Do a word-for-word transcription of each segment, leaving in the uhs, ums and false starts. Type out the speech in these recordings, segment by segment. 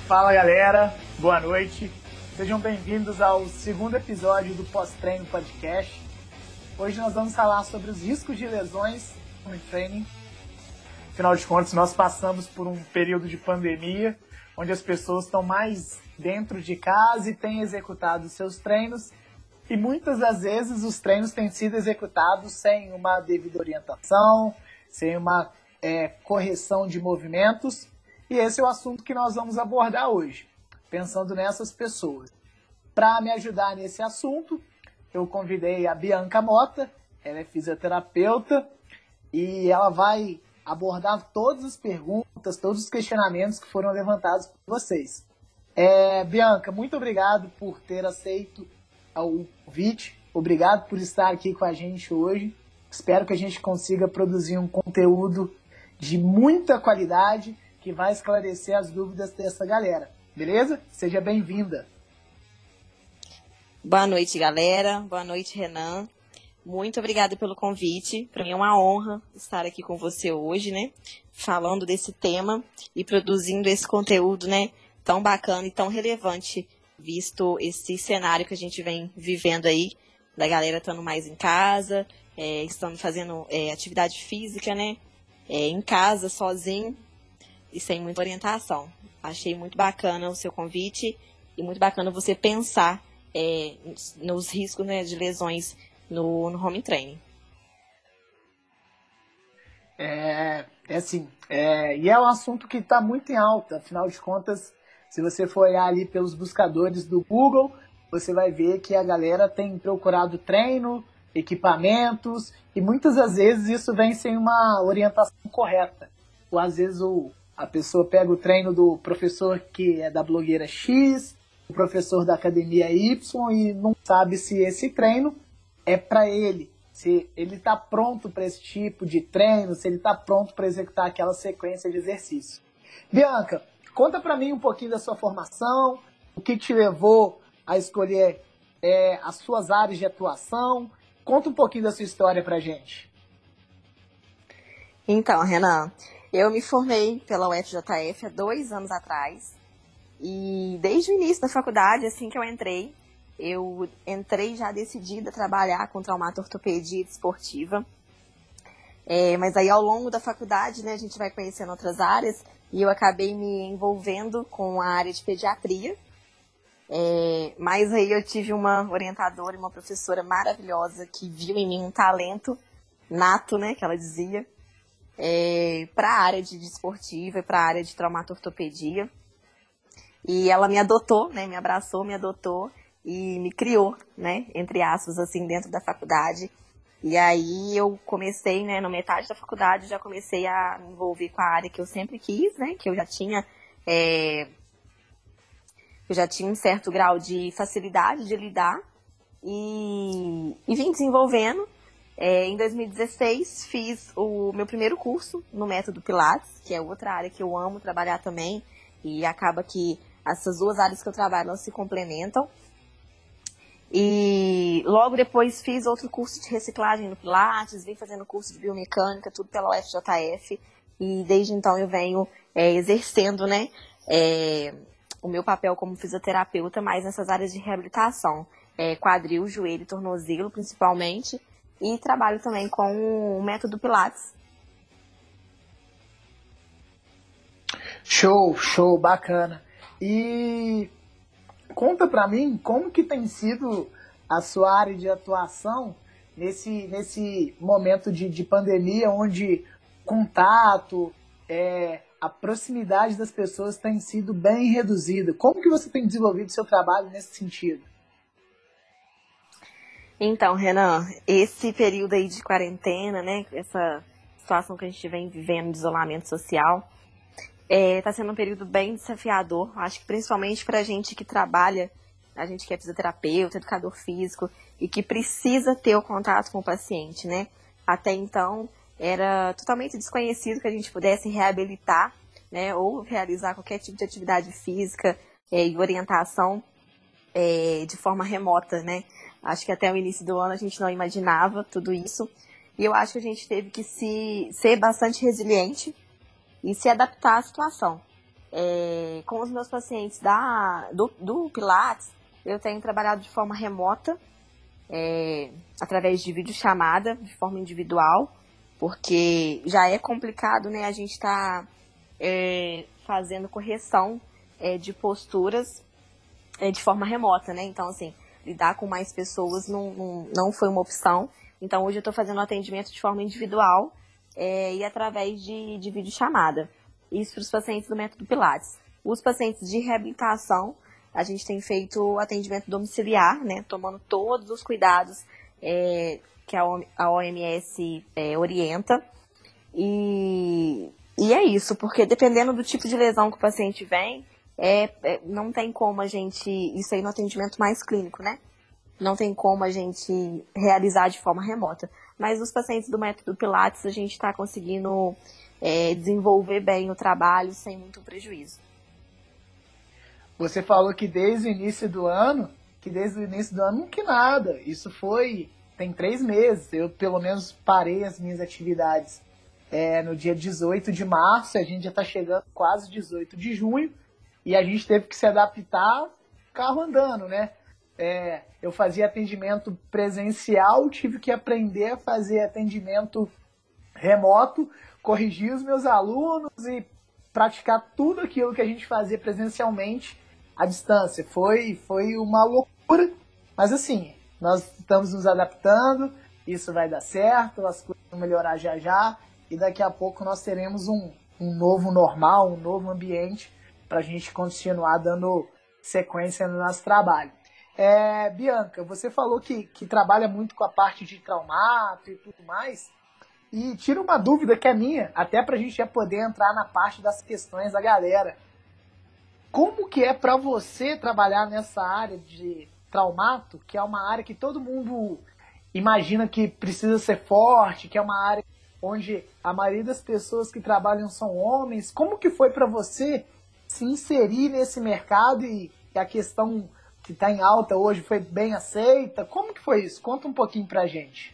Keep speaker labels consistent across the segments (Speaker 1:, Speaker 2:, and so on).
Speaker 1: Fala galera, boa noite. Sejam bem-vindos ao segundo episódio do Pós-Treino Podcast. Hoje nós vamos falar sobre os riscos de lesões no training. Afinal de contas, nós passamos por um período de pandemia, onde as pessoas estão mais dentro de casa e têm executado seus treinos. E muitas das vezes os treinos têm sido executados sem uma devida orientação, sem uma é, correção de movimentos. E esse é o assunto que nós vamos abordar hoje, pensando nessas pessoas. Para me ajudar nesse assunto, eu convidei a Bianca Mota, ela é fisioterapeuta e ela vai abordar todas as perguntas, todos os questionamentos que foram levantados por vocês. É, Bianca, muito obrigado por ter aceito o convite, obrigado por estar aqui com a gente hoje. Espero que a gente consiga produzir um conteúdo de muita qualidade que vai esclarecer as dúvidas dessa galera, beleza? Seja bem-vinda.
Speaker 2: Boa noite, galera. Boa noite, Renan. Muito obrigada pelo convite. Para mim é uma honra estar aqui com você hoje, né? Falando desse tema e produzindo esse conteúdo, né? Tão bacana e tão relevante, visto esse cenário que a gente vem vivendo aí, da galera estando mais em casa, é, estando fazendo é, atividade física, né? É, em casa, sozinho e sem muita orientação. Achei muito bacana o seu convite e muito bacana você pensar é, nos riscos, né, de lesões no, no home training.
Speaker 1: É, é assim, é, e é um assunto que está muito em alta, afinal de contas, se você for olhar ali pelos buscadores do Google, você vai ver que a galera tem procurado treino, equipamentos, e muitas das vezes isso vem sem uma orientação correta. Ou às vezes o, a pessoa pega o treino do professor que é da blogueira X, o professor da academia Y, e não sabe se esse treino é para ele, se ele está pronto para esse tipo de treino, se ele está pronto para executar aquela sequência de exercícios. Bianca, conta para mim um pouquinho da sua formação, o que te levou a escolher é, as suas áreas de atuação. Conta um pouquinho da sua história para a gente.
Speaker 2: Então, Renan, eu me formei pela U F J F há dois anos atrás e desde o início da faculdade, assim que eu entrei, eu entrei já decidida a trabalhar com traumatortopedia desportiva. É, mas aí ao longo da faculdade, né, a gente vai conhecendo outras áreas e eu acabei me envolvendo com a área de pediatria. É, mas aí eu tive uma orientadora e uma professora maravilhosa que viu em mim um talento nato, né, que ela dizia, é, para a área de desportiva e para a área de traumatortopedia. E ela me adotou, né, me abraçou, me adotou e me criou, né, entre aspas, assim, dentro da faculdade. E aí eu comecei, né, na metade da faculdade, já comecei a me envolver com a área que eu sempre quis, né, que eu já tinha, é, eu já tinha um certo grau de facilidade de lidar e, e vim desenvolvendo. É, em dois mil e dezesseis fiz o meu primeiro curso no Método Pilates, que é outra área que eu amo trabalhar também, e acaba que essas duas áreas que eu trabalho, elas se complementam. E logo depois fiz outro curso de reciclagem no Pilates, vim fazendo curso de biomecânica, tudo pela U F J F, e desde então eu venho é, exercendo, né, é, o meu papel como fisioterapeuta mais nessas áreas de reabilitação, é, quadril, joelho, tornozelo principalmente, e trabalho também com o método Pilates.
Speaker 1: Show, show, bacana. E conta pra mim como que tem sido a sua área de atuação nesse, nesse momento de, de pandemia, onde contato, é, a proximidade das pessoas tem sido bem reduzida. Como que você tem desenvolvido seu trabalho nesse sentido?
Speaker 2: Então, Renan, esse período aí de quarentena, né, essa situação que a gente vem vivendo de isolamento social, está é, sendo um período bem desafiador, acho que principalmente para a gente que trabalha, a gente que é fisioterapeuta, educador físico e que precisa ter o contato com o paciente, né? Até então, era totalmente desconhecido que a gente pudesse reabilitar, né, ou realizar qualquer tipo de atividade física é, e orientação é, de forma remota, né? Acho que até o início do ano a gente não imaginava tudo isso. E eu acho que a gente teve que se, ser bastante resiliente e se adaptar à situação. É, com os meus pacientes da, do, do Pilates, eu tenho trabalhado de forma remota, é, através de videochamada, de forma individual, porque já é complicado, né, a gente estar tá, é, fazendo correção é, de posturas é, de forma remota, né? Então, assim, lidar com mais pessoas não, não, não foi uma opção. Então, hoje eu estou fazendo atendimento de forma individual é, e através de, de videochamada. Isso para os pacientes do método Pilates. Os pacientes de reabilitação, a gente tem feito atendimento domiciliar, né? Tomando todos os cuidados é, que a O M S é, orienta. E, e é isso, porque dependendo do tipo de lesão que o paciente vem, é, é, não tem como a gente... Isso aí no atendimento mais clínico, né? Não tem como a gente realizar de forma remota. Mas os pacientes do método Pilates, a gente está conseguindo é, desenvolver bem o trabalho sem muito prejuízo.
Speaker 1: Você falou que desde o início do ano, que desde o início do ano, que nada. Isso foi, tem três meses. Eu, pelo menos, parei as minhas atividades é, no dia dezoito de março. A gente já está chegando quase dezoito de junho. E a gente teve que se adaptar carro andando, né? É, eu fazia atendimento presencial, tive que aprender a fazer atendimento remoto, corrigir os meus alunos e praticar tudo aquilo que a gente fazia presencialmente à distância. Foi, foi uma loucura, mas assim, nós estamos nos adaptando, isso vai dar certo, as coisas vão melhorar já já, e daqui a pouco nós teremos um, um novo normal, um novo ambiente para a gente continuar dando sequência no nosso trabalho. É, Bianca, você falou que, que trabalha muito com a parte de traumato e tudo mais, e tira uma dúvida que é minha, até para a gente já poder entrar na parte das questões da galera. Como que é para você trabalhar nessa área de traumato, que é uma área que todo mundo imagina que precisa ser forte, que é uma área onde a maioria das pessoas que trabalham são homens? Como que foi para você se inserir nesse mercado e a questão que está em alta hoje foi bem aceita? Como que foi isso? Conta um pouquinho pra gente.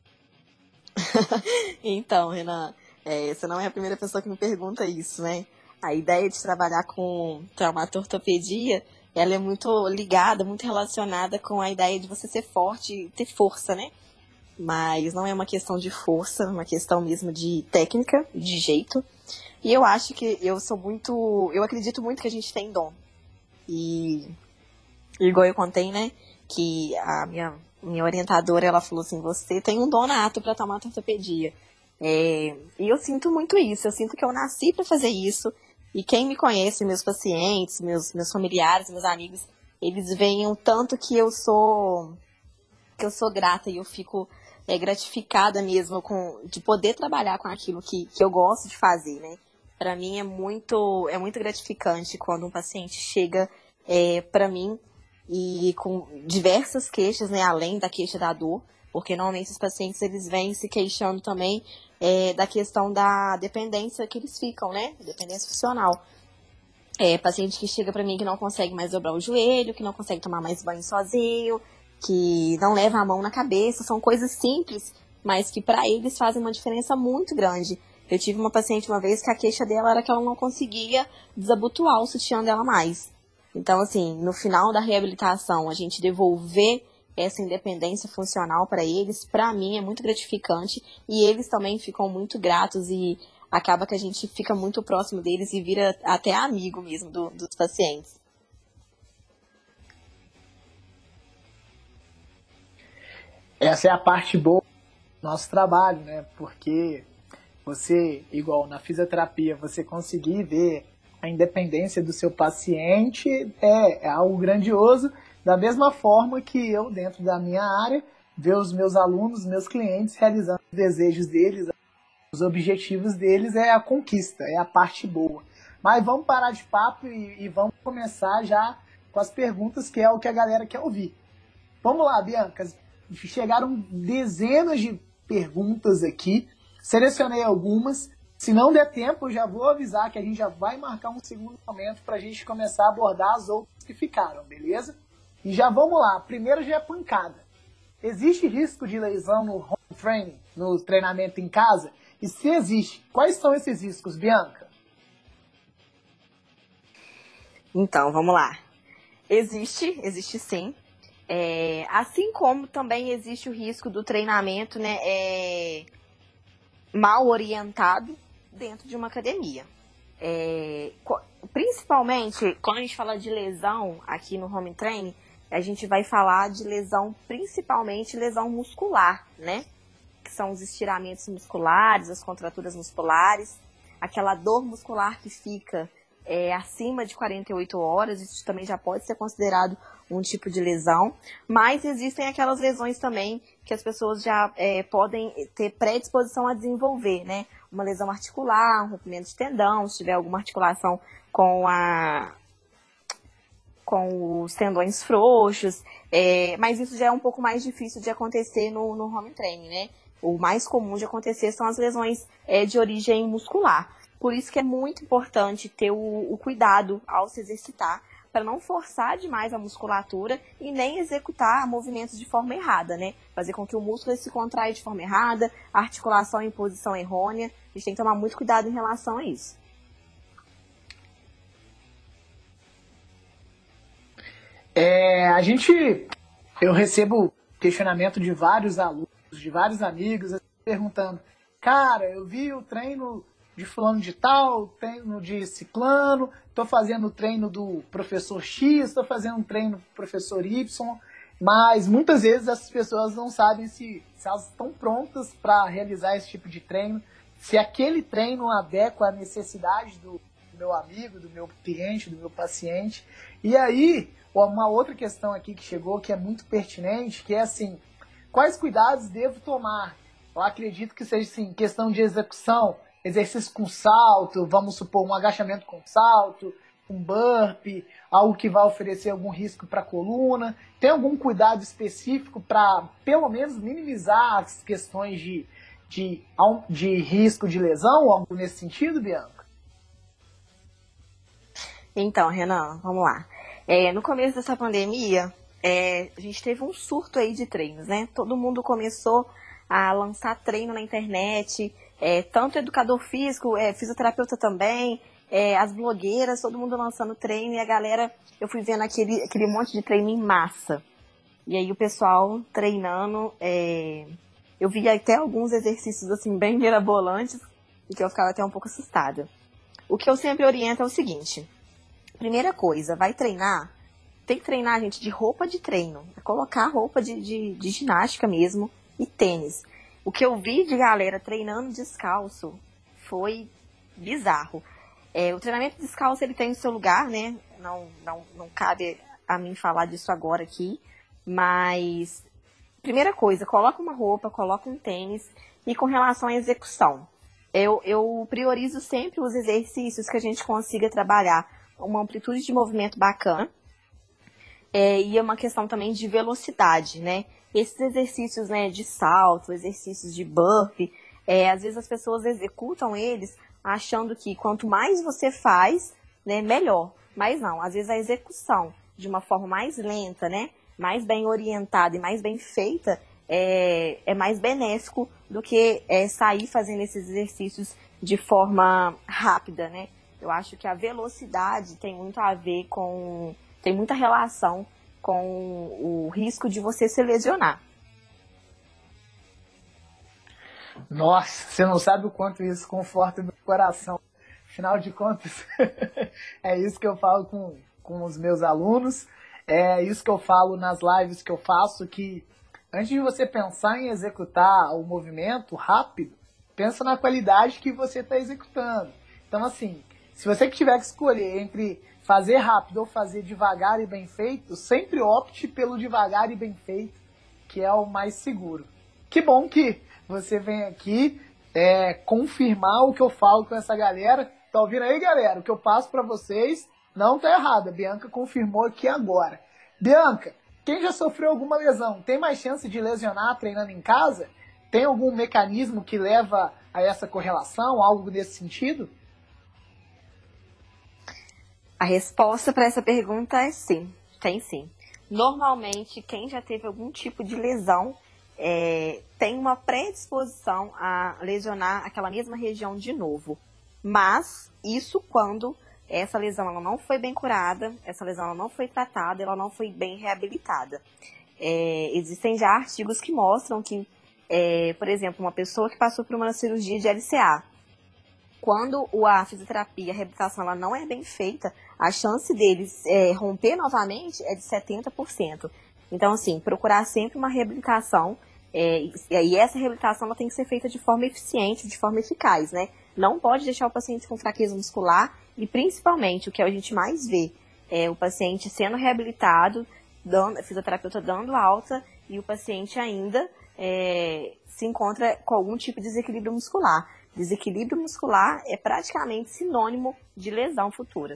Speaker 2: Então, Renan, é, você não é a primeira pessoa que me pergunta isso, né? A ideia de trabalhar com traumatortopedia, ela é muito ligada, muito relacionada com a ideia de você ser forte e ter força, né? Mas não é uma questão de força, é uma questão mesmo de técnica, de jeito. E eu acho que eu sou muito... Eu acredito muito que a gente tem dom. E... Igual eu contei, né, que a minha, minha orientadora, ela falou assim, você tem um dom nato para traumatortopedia. É, e eu sinto muito isso, eu sinto que eu nasci para fazer isso, e quem me conhece, meus pacientes, meus, meus familiares, meus amigos, eles veem o tanto que eu sou, que eu sou grata, e eu fico é, gratificada mesmo com, de poder trabalhar com aquilo que, que eu gosto de fazer, né. Para mim é muito, é muito gratificante quando um paciente chega é, para mim, e com diversas queixas, né, além da queixa da dor, porque normalmente os pacientes eles vêm se queixando também é, da questão da dependência que eles ficam, né, dependência funcional. É, paciente que chega pra mim que não consegue mais dobrar o joelho, que não consegue tomar mais banho sozinho, que não leva a mão na cabeça, são coisas simples, mas que pra eles fazem uma diferença muito grande. Eu tive uma paciente uma vez que a queixa dela era que ela não conseguia desabotoar o sutiã dela mais. Então, assim, no final da reabilitação, a gente devolver essa independência funcional para eles, para mim, é muito gratificante. E eles também ficam muito gratos e acaba que a gente fica muito próximo deles e vira até amigo mesmo do, dos pacientes.
Speaker 1: Essa é a parte boa do nosso trabalho, né? Porque você, igual na fisioterapia, você conseguir ver a independência do seu paciente é, é algo grandioso, da mesma forma que eu, dentro da minha área, ver os meus alunos, meus clientes realizando os desejos deles, os objetivos deles, é a conquista, é a parte boa. Mas vamos parar de papo e, e vamos começar já com as perguntas, que é o que a galera quer ouvir. Vamos lá, Bianca, chegaram dezenas de perguntas aqui, selecionei algumas. Se não der tempo, eu já vou avisar que a gente já vai marcar um segundo momento para a gente começar a abordar as outras que ficaram, beleza? E já vamos lá. Primeiro já é pancada. Existe risco de lesão no home training, no treinamento em casa? E se existe, quais são esses riscos, Bianca?
Speaker 2: Então, vamos lá. Existe, existe sim. É, assim como também existe o risco do treinamento, né, é, mal orientado dentro de uma academia. É, principalmente, quando a gente fala de lesão aqui no home training, a gente vai falar de lesão, principalmente lesão muscular, né? Que são os estiramentos musculares, as contraturas musculares, aquela dor muscular que fica é, acima de quarenta e oito horas, isso também já pode ser considerado um tipo de lesão, mas existem aquelas lesões também que as pessoas já é, podem ter predisposição a desenvolver, né? Uma lesão articular, um rompimento de tendão, se tiver alguma articulação com, a, com os tendões frouxos, é, mas isso já é um pouco mais difícil de acontecer no, no home training, né? O mais comum de acontecer são as lesões é, de origem muscular. Por isso que é muito importante ter o, o cuidado ao se exercitar, para não forçar demais a musculatura e nem executar movimentos de forma errada, né? Fazer com que o músculo se contraia de forma errada, a articulação em posição errônea. A gente tem que tomar muito cuidado em relação a isso.
Speaker 1: É, a gente, eu recebo questionamento de vários alunos, de vários amigos, perguntando, cara, eu vi o treino de fulano de tal, treino de ciclano, estou fazendo o treino do professor X, estou fazendo um treino do professor Y, mas muitas vezes essas pessoas não sabem se, se elas estão prontas para realizar esse tipo de treino, se aquele treino adequa à necessidade do meu amigo, do meu cliente, do meu paciente. E aí, uma outra questão aqui que chegou, que é muito pertinente, que é assim, quais cuidados devo tomar? Eu acredito que seja assim, questão de execução, exercício com salto, vamos supor um agachamento com salto, um burpee, algo que vai oferecer algum risco para a coluna. Tem algum cuidado específico para, pelo menos, minimizar as questões de, de, de risco de lesão, algo nesse sentido, Bianca?
Speaker 2: Então, Renan, vamos lá. É, no começo dessa pandemia, é, a gente teve um surto aí de treinos, né? Todo mundo começou a lançar treino na internet, é, tanto educador físico, é, fisioterapeuta também, é, as blogueiras, todo mundo lançando treino, e a galera, eu fui vendo aquele, aquele monte de treino em massa. E aí o pessoal treinando, é, eu vi até alguns exercícios assim bem mirabolantes, e que eu ficava até um pouco assustada. O que eu sempre oriento é o seguinte: primeira coisa, vai treinar, tem que treinar, gente, de roupa de treino, é colocar roupa de, de, de ginástica mesmo e tênis. O que eu vi de galera treinando descalço foi bizarro. É, o treinamento descalço, ele tem o seu lugar, né? Não, não, não cabe a mim falar disso agora aqui, mas primeira coisa, coloca uma roupa, coloca um tênis. E com relação à execução, eu, eu priorizo sempre os exercícios que a gente consiga trabalhar uma amplitude de movimento bacana, é, e é uma questão também de velocidade, né? Esses exercícios, né, de salto, exercícios de burpee, é, às vezes as pessoas executam eles achando que quanto mais você faz, né, melhor. Mas não, às vezes a execução de uma forma mais lenta, né, mais bem orientada e mais bem feita, é, é mais benéfico do que é, sair fazendo esses exercícios de forma rápida, né? Eu acho que a velocidade tem muito a ver com, tem muita relação com o risco de você se lesionar.
Speaker 1: Nossa, você não sabe o quanto isso conforta o meu coração. Afinal de contas, é isso que eu falo com, com os meus alunos, é isso que eu falo nas lives que eu faço, que antes de você pensar em executar o movimento rápido, pensa na qualidade que você está executando. Então, assim, se você tiver que escolher entre fazer rápido ou fazer devagar e bem feito, sempre opte pelo devagar e bem feito, que é o mais seguro. Que bom que você vem aqui é, confirmar o que eu falo com essa galera. Tá ouvindo aí, galera? O que eu passo para vocês não tá errado. A Bianca confirmou aqui agora. Bianca, quem já sofreu alguma lesão, tem mais chance de lesionar treinando em casa? Tem algum mecanismo que leva a essa correlação, algo desse sentido?
Speaker 2: A resposta para essa pergunta é sim, tem sim. Normalmente, quem já teve algum tipo de lesão é, tem uma predisposição a lesionar aquela mesma região de novo. Mas isso quando essa lesão ela não foi bem curada, essa lesão ela não foi tratada, ela não foi bem reabilitada. É, existem já artigos que mostram que, é, por exemplo, uma pessoa que passou por uma cirurgia de L C A, quando a fisioterapia, a reabilitação ela não é bem feita, a chance deles é, romper novamente é de setenta por cento. Então, assim, procurar sempre uma reabilitação, é, e essa reabilitação ela tem que ser feita de forma eficiente, de forma eficaz, né? Não pode deixar o paciente com fraqueza muscular e, principalmente, o que a gente mais vê é o paciente sendo reabilitado, dando, a fisioterapeuta dando alta e o paciente ainda é, se encontra com algum tipo de desequilíbrio muscular. Desequilíbrio muscular é praticamente sinônimo de lesão futura.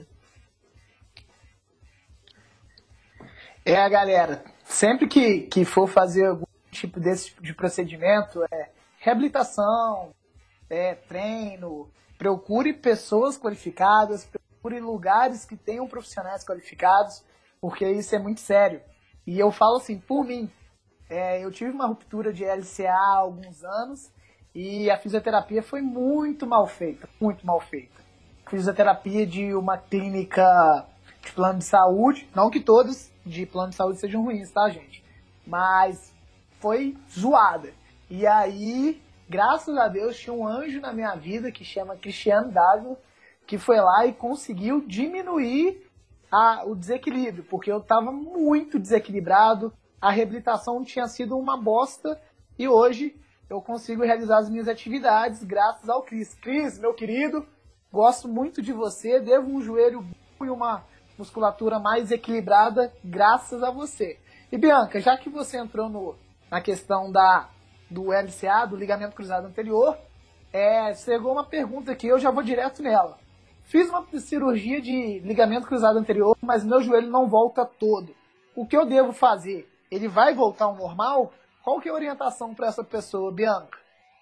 Speaker 1: É, galera, sempre que, que for fazer algum tipo desse tipo de procedimento, é reabilitação, é, treino, procure pessoas qualificadas, procure lugares que tenham profissionais qualificados, porque isso é muito sério. E eu falo assim, por mim, é, eu tive uma ruptura de L C A há alguns anos e a fisioterapia foi muito mal feita, muito mal feita. Fisioterapia de uma clínica de plano de saúde, não que todos de plano de saúde sejam ruins, tá, gente? Mas foi zoada. E aí, graças a Deus, tinha um anjo na minha vida que chama Cristiano Dávila, que foi lá e conseguiu diminuir a, o desequilíbrio, porque eu estava muito desequilibrado, a reabilitação tinha sido uma bosta, e hoje eu consigo realizar as minhas atividades graças ao Cris. Cris, meu querido, gosto muito de você, devo um joelho bom e uma musculatura mais equilibrada graças a você. E Bianca, já que você entrou no, na questão da, do L C A, do ligamento cruzado anterior, é, chegou uma pergunta aqui, eu já vou direto nela. Fiz uma cirurgia de ligamento cruzado anterior, mas meu joelho não volta todo. O que eu devo fazer? Ele vai voltar ao normal? Qual que é a orientação para essa pessoa, Bianca?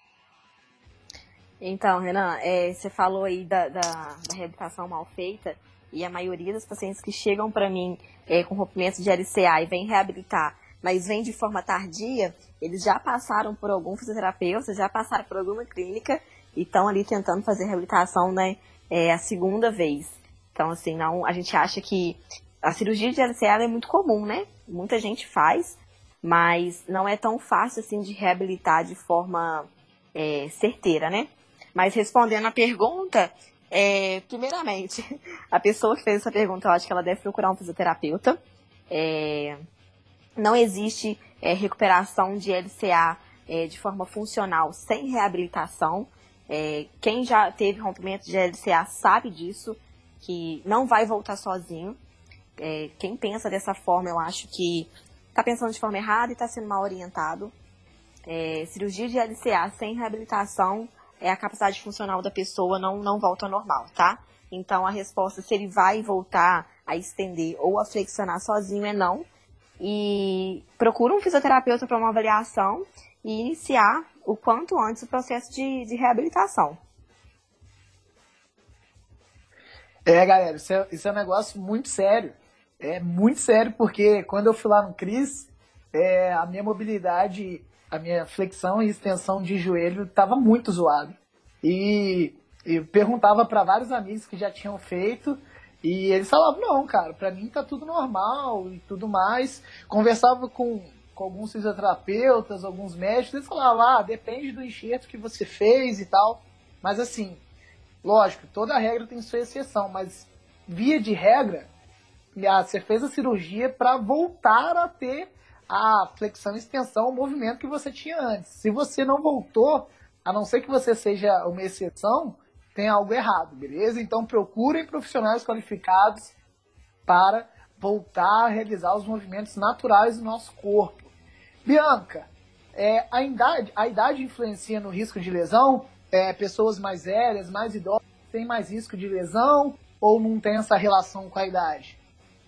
Speaker 2: Então, Renan, é, você falou aí da, da, da reabilitação mal feita, e a maioria dos pacientes que chegam para mim é, com rompimento de L C A e vêm reabilitar, mas vêm de forma tardia, eles já passaram por algum fisioterapeuta, já passaram por alguma clínica e estão ali tentando fazer reabilitação, né, é, a segunda vez. Então, assim, não, a gente acha que a cirurgia de L C A é muito comum, né? Muita gente faz, mas não é tão fácil assim de reabilitar de forma é, certeira, né? Mas respondendo a pergunta, é, primeiramente, a pessoa que fez essa pergunta, eu acho que ela deve procurar um fisioterapeuta. É, não existe é, recuperação de L C A é, de forma funcional sem reabilitação. É, quem já teve rompimento de L C A sabe disso, que não vai voltar sozinho. É, quem pensa dessa forma, eu acho que está pensando de forma errada e está sendo mal orientado. É, cirurgia de L C A sem reabilitação, é, a capacidade funcional da pessoa não, não volta ao normal, tá? Então, a resposta se ele vai voltar a estender ou a flexionar sozinho é não. E procura um fisioterapeuta para uma avaliação e iniciar o quanto antes o processo de, de reabilitação.
Speaker 1: É, galera, isso é, isso é um negócio muito sério. É muito sério, porque quando eu fui lá no Cris, é, a minha mobilidade, a minha flexão e extensão de joelho estava muito zoado. E eu perguntava para vários amigos que já tinham feito, e eles falavam, não, cara, para mim tá tudo normal e tudo mais. Conversava com, com alguns fisioterapeutas, alguns médicos, eles falavam, ah, depende do enxerto que você fez e tal. Mas assim, lógico, toda regra tem sua exceção, mas via de regra, você fez a cirurgia para voltar a ter a flexão e extensão, o movimento que você tinha antes. Se você não voltou, a não ser que você seja uma exceção, tem algo errado, beleza? Então procurem profissionais qualificados para voltar a realizar os movimentos naturais do nosso corpo. Bianca, é, a, idade, a idade influencia no risco de lesão? É, pessoas mais velhas, mais idosas, têm mais risco de lesão ou não tem essa relação com a idade?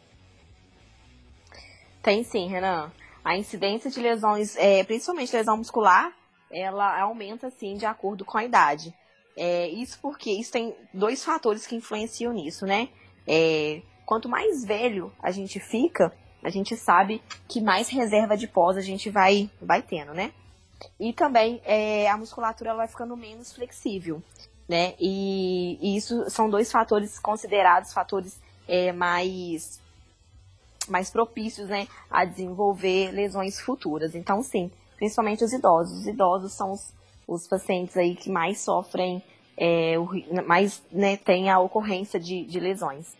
Speaker 2: Tem sim, Renan. A incidência de lesões, é, principalmente lesão muscular, ela aumenta sim de acordo com a idade. É, isso porque isso tem dois fatores que influenciam nisso, né? É, quanto mais velho a gente fica, a gente sabe que mais reserva de pós a gente vai, vai tendo, né? E também é, a musculatura ela vai ficando menos flexível. né? E, e isso são dois fatores considerados fatores é, mais, mais propícios, né, a desenvolver lesões futuras. Então, sim, principalmente os idosos. Os idosos são os, os pacientes aí que mais sofrem, é, o, mais, né, tem a ocorrência de, de lesões.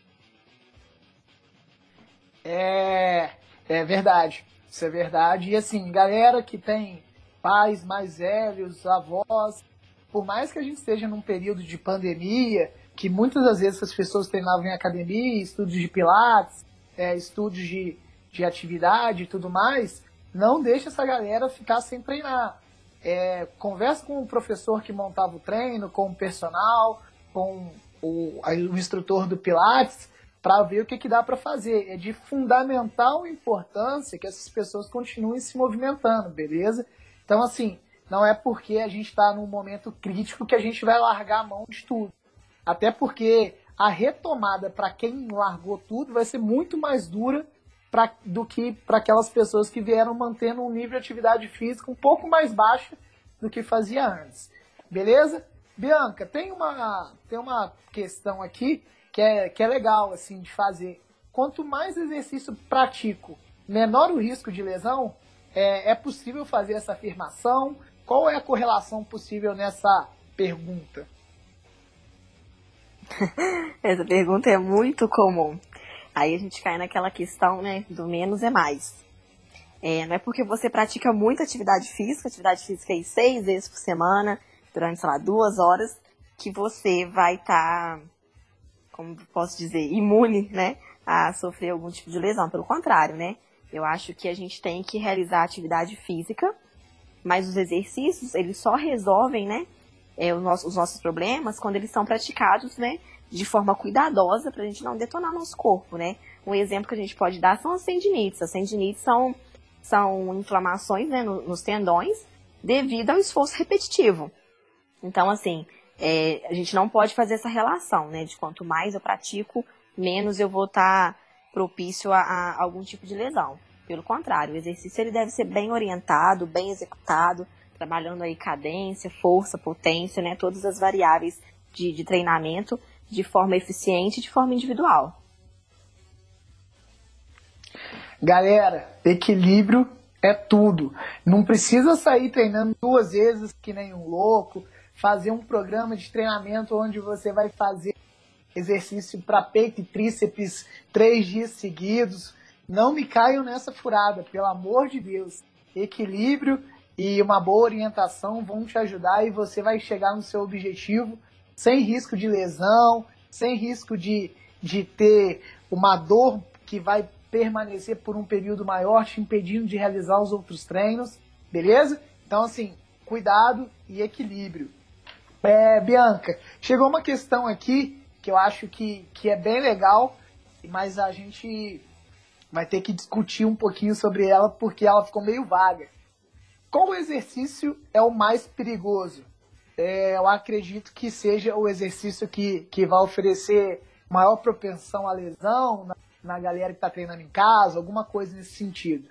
Speaker 1: É, é verdade, isso é verdade. E assim, galera que tem pais mais velhos, avós, por mais que a gente esteja num período de pandemia, que muitas das vezes as pessoas treinavam em academia, estudos de pilates, é, estudos de, de atividade e tudo mais, não deixa essa galera ficar sem treinar. É, conversa com o professor que montava o treino, com o personal, com o, o instrutor do pilates, para ver o que, que dá para fazer. É de fundamental importância que essas pessoas continuem se movimentando, beleza? Então, assim, não é porque a gente está num momento crítico que a gente vai largar a mão de tudo. Até porque a retomada para quem largou tudo vai ser muito mais dura pra, do que para aquelas pessoas que vieram mantendo um nível de atividade física um pouco mais baixo do que fazia antes. Beleza? Bianca, tem uma, tem uma questão aqui que é, que é legal assim, de fazer. Quanto mais exercício pratico, menor o risco de lesão? É, é possível fazer essa afirmação? Qual é a correlação possível nessa pergunta?
Speaker 2: Essa pergunta é muito comum. Aí a gente cai naquela questão, né, do menos é mais. É, não é porque você pratica muita atividade física, atividade física aí seis vezes por semana, durante, sei lá, duas horas, que você vai estar, tá, como posso dizer, imune, né, a sofrer algum tipo de lesão. Pelo contrário, né, eu acho que a gente tem que realizar atividade física, mas os exercícios, eles só resolvem, né, é, os, nossos, os nossos problemas quando eles são praticados, né, de forma cuidadosa para a gente não detonar nosso corpo, né. Um exemplo que a gente pode dar são as tendinites. As tendinites são, são inflamações, né, no, nos tendões devido ao esforço repetitivo. Então, assim, é, a gente não pode fazer essa relação, né, de quanto mais eu pratico, menos eu vou estar tá propício a, a algum tipo de lesão. Pelo contrário, o exercício ele deve ser bem orientado, bem executado, trabalhando aí cadência, força, potência, né, todas as variáveis de, de treinamento de forma eficiente e de forma individual.
Speaker 1: Galera, equilíbrio é tudo. Não precisa sair treinando duas vezes que nem um louco, fazer um programa de treinamento onde você vai fazer exercício para peito e tríceps três dias seguidos. Não me caiam nessa furada, pelo amor de Deus. Equilíbrio e uma boa orientação vão te ajudar e você vai chegar no seu objetivo sem risco de lesão, sem risco de, de ter uma dor que vai permanecer por um período maior, te impedindo de realizar os outros treinos, beleza? Então, assim, cuidado e equilíbrio. É, Bianca, chegou uma questão aqui que eu acho que, que é bem legal, mas a gente vai ter que discutir um pouquinho sobre ela porque ela ficou meio vaga. Qual exercício é o mais perigoso? É, eu acredito que seja o exercício que, que vai oferecer maior propensão à lesão na, na galera que está treinando em casa, alguma coisa nesse sentido.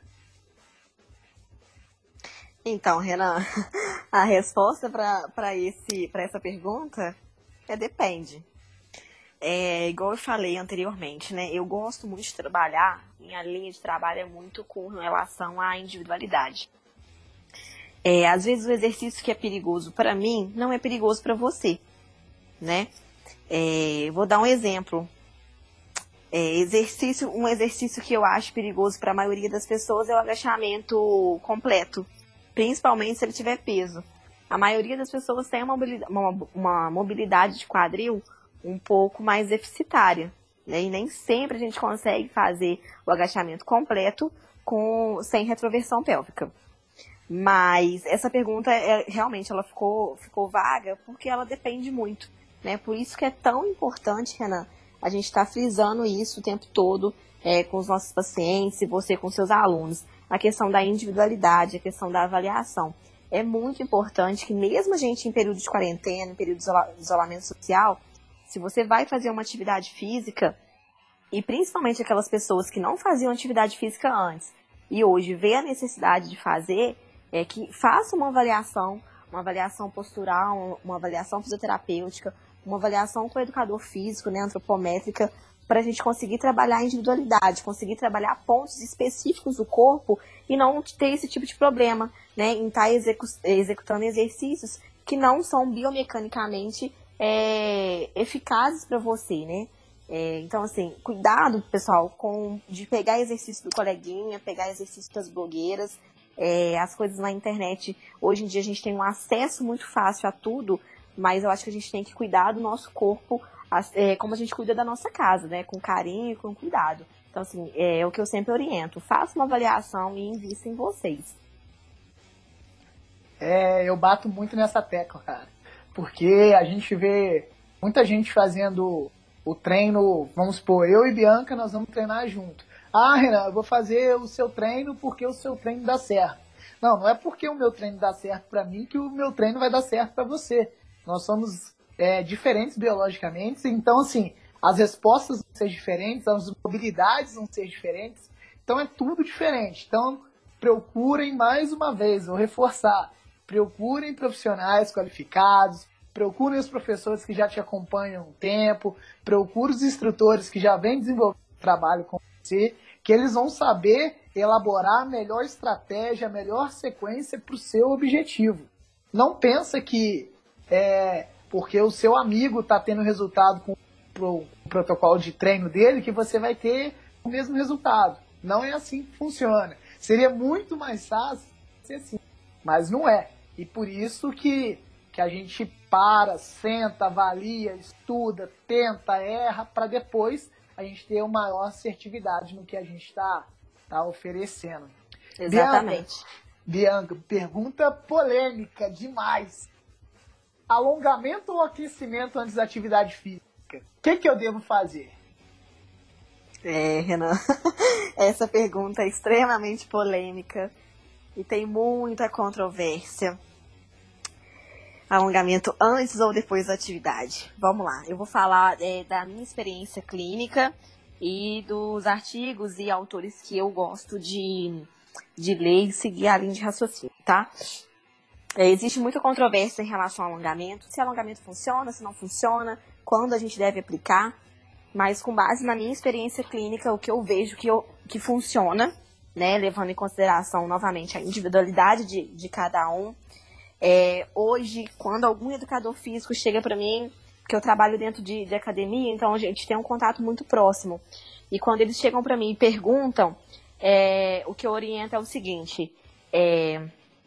Speaker 2: Então, Renan, a resposta para essa pergunta é depende. É, igual eu falei anteriormente, né? Eu gosto muito de trabalhar, minha linha de trabalho é muito com relação à individualidade. É, às vezes o exercício que é perigoso para mim não é perigoso para você, né? É, vou dar um exemplo. É, exercício, um exercício que eu acho perigoso para a maioria das pessoas é o agachamento completo, principalmente se ele tiver peso. A maioria das pessoas tem uma mobilidade, uma, uma mobilidade de quadril um pouco mais deficitária, né? E nem sempre a gente consegue fazer o agachamento completo com, sem retroversão pélvica. Mas essa pergunta, é, realmente, ela ficou, ficou vaga porque ela depende muito, né? Por isso que é tão importante, Renan, a gente está frisando isso o tempo todo é, com os nossos pacientes e você com seus alunos. A questão da individualidade, a questão da avaliação. É muito importante que mesmo a gente em período de quarentena, em período de isolamento social, se você vai fazer uma atividade física, e principalmente aquelas pessoas que não faziam atividade física antes, e hoje vê a necessidade de fazer, é que faça uma avaliação uma avaliação postural, uma avaliação fisioterapêutica, uma avaliação com o educador físico, né, antropométrica, para a gente conseguir trabalhar a individualidade, conseguir trabalhar pontos específicos do corpo e não ter esse tipo de problema, né, em estar execu executando exercícios que não são biomecanicamente é, eficazes para você, né. É, então, assim, cuidado, pessoal, com, de pegar exercício do coleguinha, pegar exercício das blogueiras, é, as coisas na internet. Hoje em dia a gente tem um acesso muito fácil a tudo, mas eu acho que a gente tem que cuidar do nosso corpo, é, como a gente cuida da nossa casa, né? Com carinho e com cuidado. Então, assim, é o que eu sempre oriento. Faça uma avaliação e invista em vocês.
Speaker 1: É, eu bato muito nessa tecla, cara. Porque a gente vê muita gente fazendo o treino, vamos supor, eu e Bianca, nós vamos treinar junto. Ah, Renan, eu vou fazer o seu treino porque o seu treino dá certo. Não, não é porque o meu treino dá certo para mim que o meu treino vai dar certo para você. Nós somos é, diferentes biologicamente, então, assim, as respostas vão ser diferentes, as mobilidades vão ser diferentes, então é tudo diferente. Então, procurem, mais uma vez, vou reforçar, procurem profissionais qualificados, procurem os professores que já te acompanham há um tempo, procure os instrutores que já vêm desenvolvendo trabalho com você, que eles vão saber elaborar a melhor estratégia, a melhor sequência para o seu objetivo. Não pensa que é, porque o seu amigo está tendo resultado com o protocolo de treino dele, que você vai ter o mesmo resultado. Não é assim que funciona. Seria muito mais fácil ser assim, mas não é. E por isso que, que a gente para, senta, avalia, estuda, tenta, erra, para depois a gente ter uma maior assertividade no que a gente está tá oferecendo.
Speaker 2: Exatamente.
Speaker 1: Bianca, Bianca, pergunta polêmica demais. Alongamento ou aquecimento antes da atividade física? O que, que eu devo fazer?
Speaker 2: É, Renan, essa pergunta é extremamente polêmica e tem muita controvérsia. Alongamento antes ou depois da atividade? Vamos lá, eu vou falar é, da minha experiência clínica e dos artigos e autores que eu gosto de, de ler e seguir a linha de raciocínio, tá? É, existe muita controvérsia em relação ao alongamento, se alongamento funciona, se não funciona, quando a gente deve aplicar, mas com base na minha experiência clínica, o que eu vejo que, eu, que funciona, né, levando em consideração novamente a individualidade de, de cada um. É, hoje, quando algum educador físico chega para mim, porque eu trabalho dentro de, de academia, então a gente tem um contato muito próximo, e quando eles chegam para mim e perguntam, é, o que eu oriento é o seguinte, é,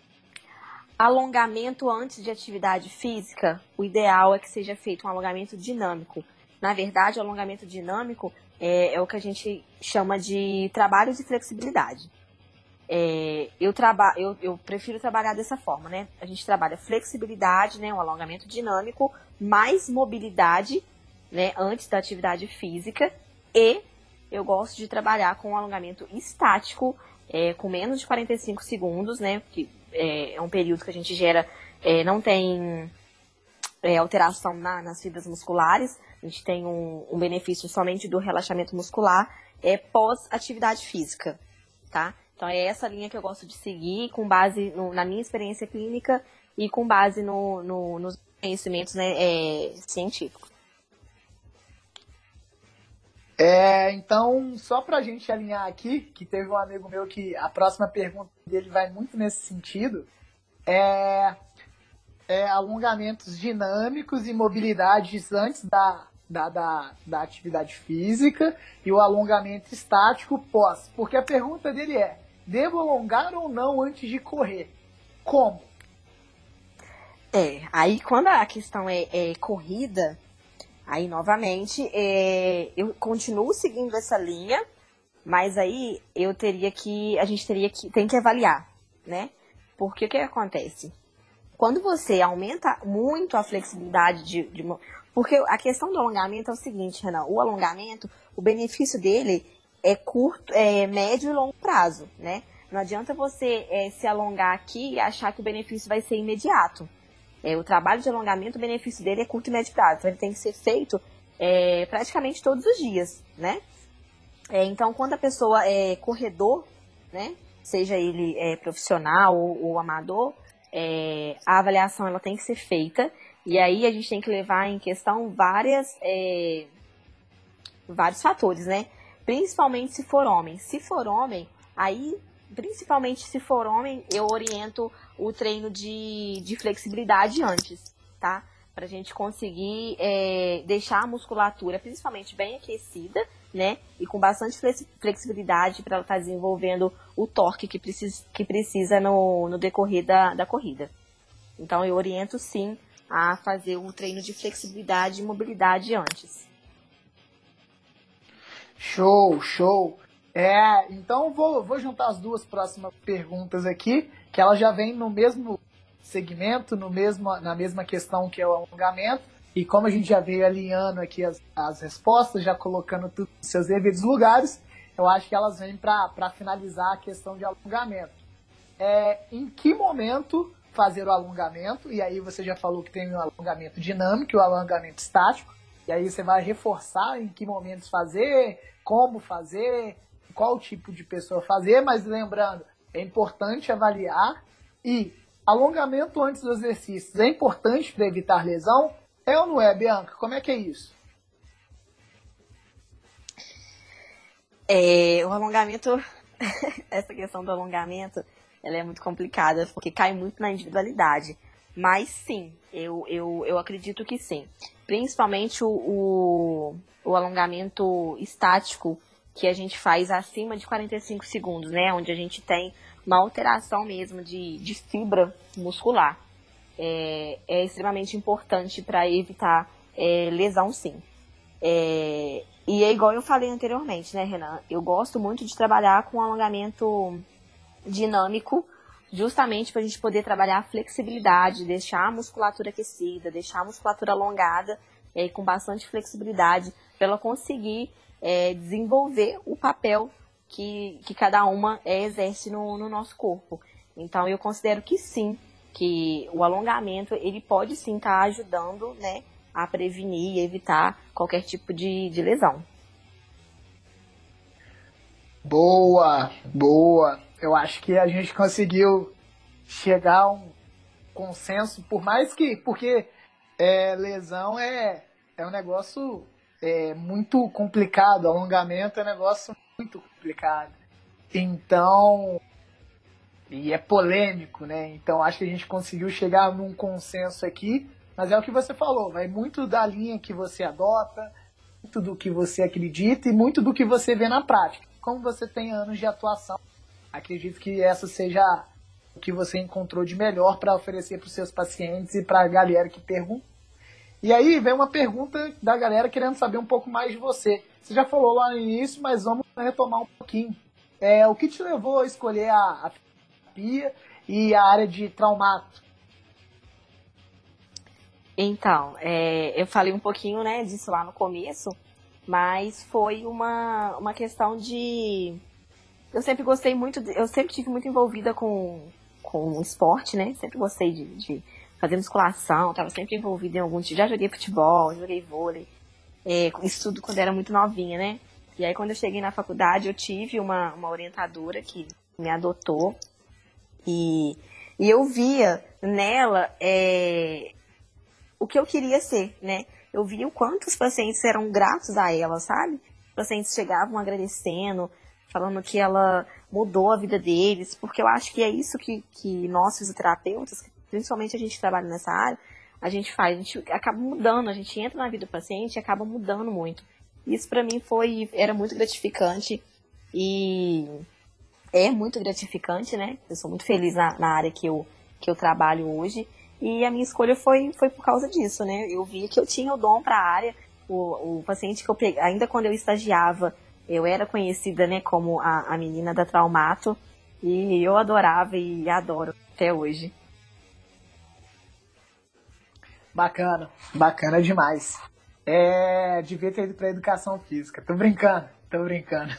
Speaker 2: alongamento antes de atividade física, o ideal é que seja feito um alongamento dinâmico. Na verdade, o alongamento dinâmico é, é o que a gente chama de trabalho de flexibilidade. É, eu, traba, eu, eu prefiro trabalhar dessa forma, né? A gente trabalha flexibilidade, né? Um alongamento dinâmico, mais mobilidade, né? Antes da atividade física. E eu gosto de trabalhar com um alongamento estático, é, com menos de quarenta e cinco segundos, né? Que é, é um período que a gente gera, é, não tem é, alteração na, nas fibras musculares. A gente tem um, um benefício somente do relaxamento muscular é, pós-atividade física, tá? Então, é essa linha que eu gosto de seguir, com base no, na minha experiência clínica e com base no, no, nos conhecimentos, né, é, científicos.
Speaker 1: É, então, só para a gente alinhar aqui, que teve um amigo meu que a próxima pergunta dele vai muito nesse sentido, é, é alongamentos dinâmicos e mobilidades antes da, da, da, da atividade física e o alongamento estático pós. Porque a pergunta dele é, devo alongar ou não antes de correr? Como?
Speaker 2: É, aí quando a questão é, é corrida, aí novamente é, eu continuo seguindo essa linha, mas aí eu teria que, a gente teria que, tem que avaliar, né? Porque o que acontece? Quando você aumenta muito a flexibilidade de, de porque a questão do alongamento é o seguinte, Renan, o alongamento, o benefício dele é curto, é médio e longo prazo, né? Não adianta você é, se alongar aqui e achar que o benefício vai ser imediato. É, o trabalho de alongamento, o benefício dele é curto e médio prazo. Então, ele tem que ser feito é, praticamente todos os dias, né? É, então, quando a pessoa é corredor, né? Seja ele é, profissional ou, ou amador, é, a avaliação ela tem que ser feita, e aí a gente tem que levar em questão várias, é, vários fatores, né? Principalmente se for homem. Se for homem, aí, principalmente se for homem, eu oriento o treino de, de flexibilidade antes, tá? Pra gente conseguir é, deixar a musculatura, principalmente bem aquecida, né? E com bastante flexibilidade para ela estar desenvolvendo o torque que precisa, que precisa no, no decorrer da, da corrida. Então, eu oriento, sim, a fazer o treino de flexibilidade e mobilidade antes.
Speaker 1: Show, show. É, então vou, vou juntar as duas próximas perguntas aqui, que elas já vêm no mesmo segmento, no mesmo, na mesma questão que é o alongamento. E como a gente já veio alinhando aqui as, as respostas, já colocando tudo nos seus devidos lugares, eu acho que elas vêm para finalizar a questão de alongamento. É, em que momento fazer o alongamento? E aí você já falou que tem o alongamento dinâmico e o alongamento estático. E aí você vai reforçar em que momentos fazer, como fazer, qual tipo de pessoa fazer, mas lembrando, é importante avaliar. E alongamento antes dos exercícios é importante para evitar lesão? É ou não é, Bianca? Como é que é isso?
Speaker 2: É, o alongamento, essa questão do alongamento, ela é muito complicada, porque cai muito na individualidade. Mas sim, eu, eu, eu acredito que sim. Principalmente o, o, o alongamento estático, que a gente faz acima de quarenta e cinco segundos, né? Onde a gente tem uma alteração mesmo de, de fibra muscular. É, é extremamente importante para evitar é, lesão, sim. É, e é igual eu falei anteriormente, né, Renan? Eu gosto muito de trabalhar com alongamento dinâmico, justamente para a gente poder trabalhar a flexibilidade, deixar a musculatura aquecida, deixar a musculatura alongada, é, com bastante flexibilidade, para ela conseguir é, desenvolver o papel que, que cada uma é, exerce no, no nosso corpo. Então, eu considero que sim, que o alongamento, ele pode sim estar tá ajudando, né, a prevenir e evitar qualquer tipo de, de lesão.
Speaker 1: Boa, boa. Eu acho que a gente conseguiu chegar a um consenso, por mais que, porque é, lesão é, é um negócio é, muito complicado, alongamento é um negócio muito complicado. Então, e é polêmico, né? Então acho que a gente conseguiu chegar num consenso aqui, mas é o que você falou, vai muito da linha que você adota, muito do que você acredita e muito do que você vê na prática. Como você tem anos de atuação, acredito que essa seja o que você encontrou de melhor para oferecer para os seus pacientes e para a galera que pergunta. E aí vem uma pergunta da galera querendo saber um pouco mais de você. Você já falou lá no início, mas vamos retomar um pouquinho. É, o que te levou a escolher a, a terapia e a área de traumato?
Speaker 2: Então, é, eu falei um pouquinho, né, disso lá no começo, mas foi uma, uma questão de... Eu sempre gostei muito, de, eu sempre tive muito envolvida com, com esporte, né? Sempre gostei de, de fazer musculação, estava sempre envolvida em algum tipo. Já joguei futebol, joguei vôlei, é, isso tudo quando era muito novinha, né? E aí, quando eu cheguei na faculdade, eu tive uma, uma orientadora que me adotou e, e eu via nela é, o que eu queria ser, né? Eu via o quanto os pacientes eram gratos a ela, sabe? Os pacientes chegavam agradecendo, falando que ela mudou a vida deles, porque eu acho que é isso que, que nós fisioterapeutas, principalmente a gente que trabalha nessa área, a gente faz, a gente acaba mudando, a gente entra na vida do paciente e acaba mudando muito. Isso para mim foi, era muito gratificante e é muito gratificante, né? Eu sou muito feliz na, na área que eu, que eu trabalho hoje e a minha escolha foi, foi por causa disso, né? Eu vi que eu tinha o dom para a área, o, o paciente que eu peguei, ainda quando eu estagiava, eu era conhecida, né, como a, a menina da traumato e eu adorava e adoro até hoje.
Speaker 1: Bacana, bacana demais. É, devia ter ido para educação física. Tô brincando, tô brincando.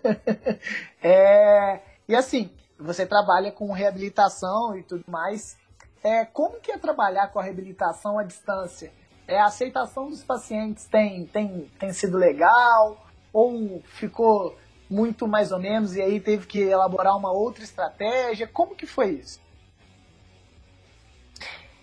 Speaker 1: É, e assim, você trabalha com reabilitação e tudo mais. É, como que é trabalhar com a reabilitação à distância? É, a aceitação dos pacientes tem, tem, tem sido legal? Ou ficou muito mais ou menos e aí teve que elaborar uma outra estratégia? Como que foi isso?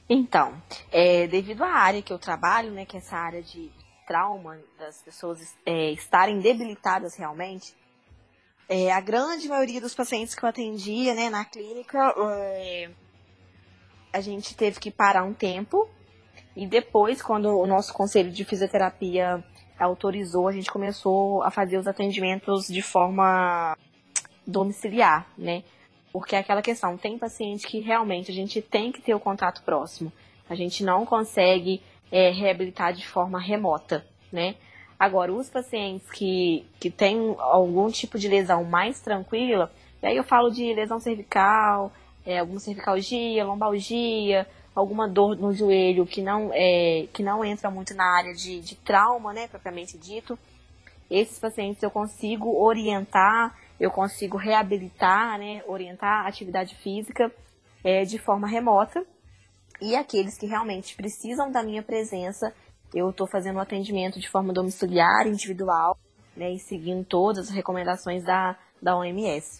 Speaker 2: Então, é, devido à área que eu trabalho, né, que é essa área de trauma, das pessoas é, estarem debilitadas realmente, é, a grande maioria dos pacientes que eu atendia, né, na clínica, é, a gente teve que parar um tempo e depois, quando o nosso conselho de fisioterapia autorizou, a gente começou a fazer os atendimentos de forma domiciliar, né? Porque é aquela questão, tem paciente que realmente a gente tem que ter o contato próximo. A gente não consegue é, reabilitar de forma remota, né? Agora, os pacientes que, que têm algum tipo de lesão mais tranquila, e aí eu falo de lesão cervical, é, alguma cervicalgia, lombalgia, alguma dor no joelho que não, é, que não entra muito na área de, de trauma, né, propriamente dito. Esses pacientes eu consigo orientar, eu consigo reabilitar, né, orientar a atividade física é, de forma remota. E aqueles que realmente precisam da minha presença, eu estou fazendo o atendimento de forma domiciliar, individual, né, e seguindo todas as recomendações da, da O M S.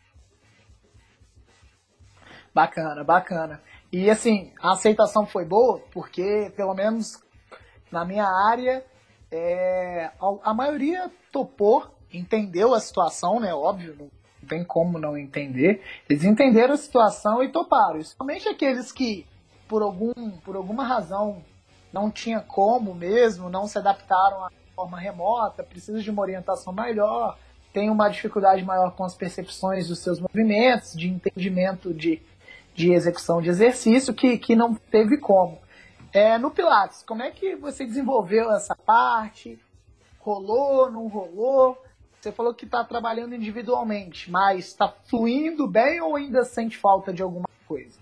Speaker 1: Bacana, bacana. E assim, a aceitação foi boa, porque pelo menos na minha área, é, a, a maioria topou, entendeu a situação, né? Óbvio, não tem como não entender. Eles entenderam a situação e toparam. E somente aqueles que, por, algum, por alguma razão, não tinha como mesmo, não se adaptaram à forma remota, precisam de uma orientação melhor, tem uma dificuldade maior com as percepções dos seus movimentos, de entendimento de, de execução de exercício, que, que não teve como. É, no Pilates, como é que você desenvolveu essa parte? Rolou, não rolou? Você falou que está trabalhando individualmente, mas está fluindo bem ou ainda sente falta de alguma coisa?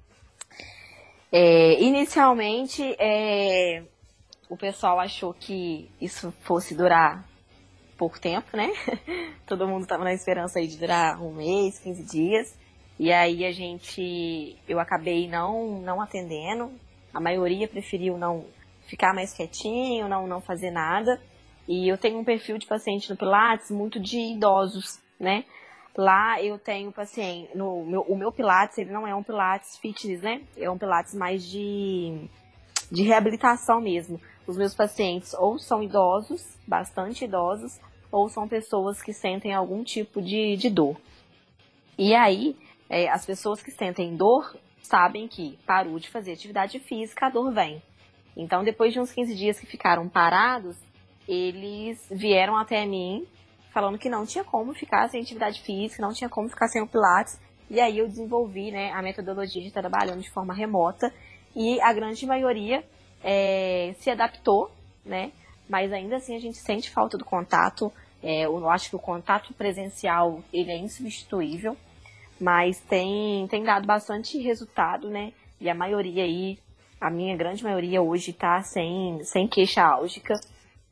Speaker 2: É, inicialmente, é, o pessoal achou que isso fosse durar pouco tempo, né? Todo mundo estava na esperança aí de durar um mês, quinze dias. E aí a gente, eu acabei não, não atendendo. A maioria preferiu não ficar mais quietinho, não, não fazer nada. E eu tenho um perfil de paciente no Pilates muito de idosos, né? Lá eu tenho paciente, no meu, o meu Pilates, ele não é um Pilates fitness, né? É um Pilates mais de, de reabilitação mesmo. Os meus pacientes ou são idosos, bastante idosos, ou são pessoas que sentem algum tipo de, de dor. E aí, é, as pessoas que sentem dor sabem que parou de fazer atividade física, a dor vem. Então, depois de uns quinze dias que ficaram parados, eles vieram até mim falando que não tinha como ficar sem atividade física, não tinha como ficar sem o Pilates. E aí eu desenvolvi, né, a metodologia de estar trabalhando de forma remota. E a grande maioria é, se adaptou, né? Mas ainda assim a gente sente falta do contato. É, eu acho que o contato presencial ele é insubstituível, mas tem, tem dado bastante resultado, né? E a maioria aí, a minha grande maioria hoje tá sem, sem queixa álgica.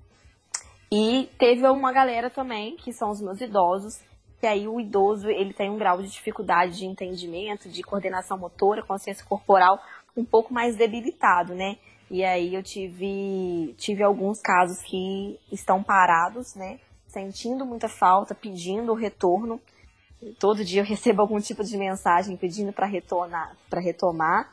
Speaker 2: E teve uma galera também, que são os meus idosos, que aí o idoso ele tem um grau de dificuldade de entendimento, de coordenação motora, consciência corporal um pouco mais debilitado, né? E aí eu tive, tive alguns casos que estão parados, né? Sentindo muita falta, pedindo o retorno. Todo dia eu recebo algum tipo de mensagem pedindo para retornar, para retomar,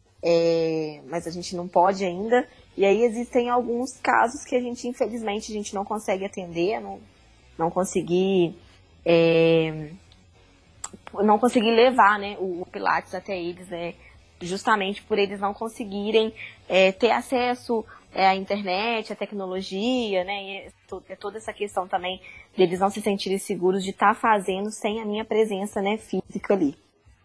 Speaker 2: é, mas a gente não pode ainda. E aí existem alguns casos que a gente, infelizmente, a gente não consegue atender, não, não conseguir, é, não conseguir levar, né, o, o Pilates até eles, né, justamente por eles não conseguirem é, ter acesso é, à internet, à tecnologia, né, e é toda essa questão também deles não se sentirem seguros de estar fazendo sem a minha presença, né, física ali.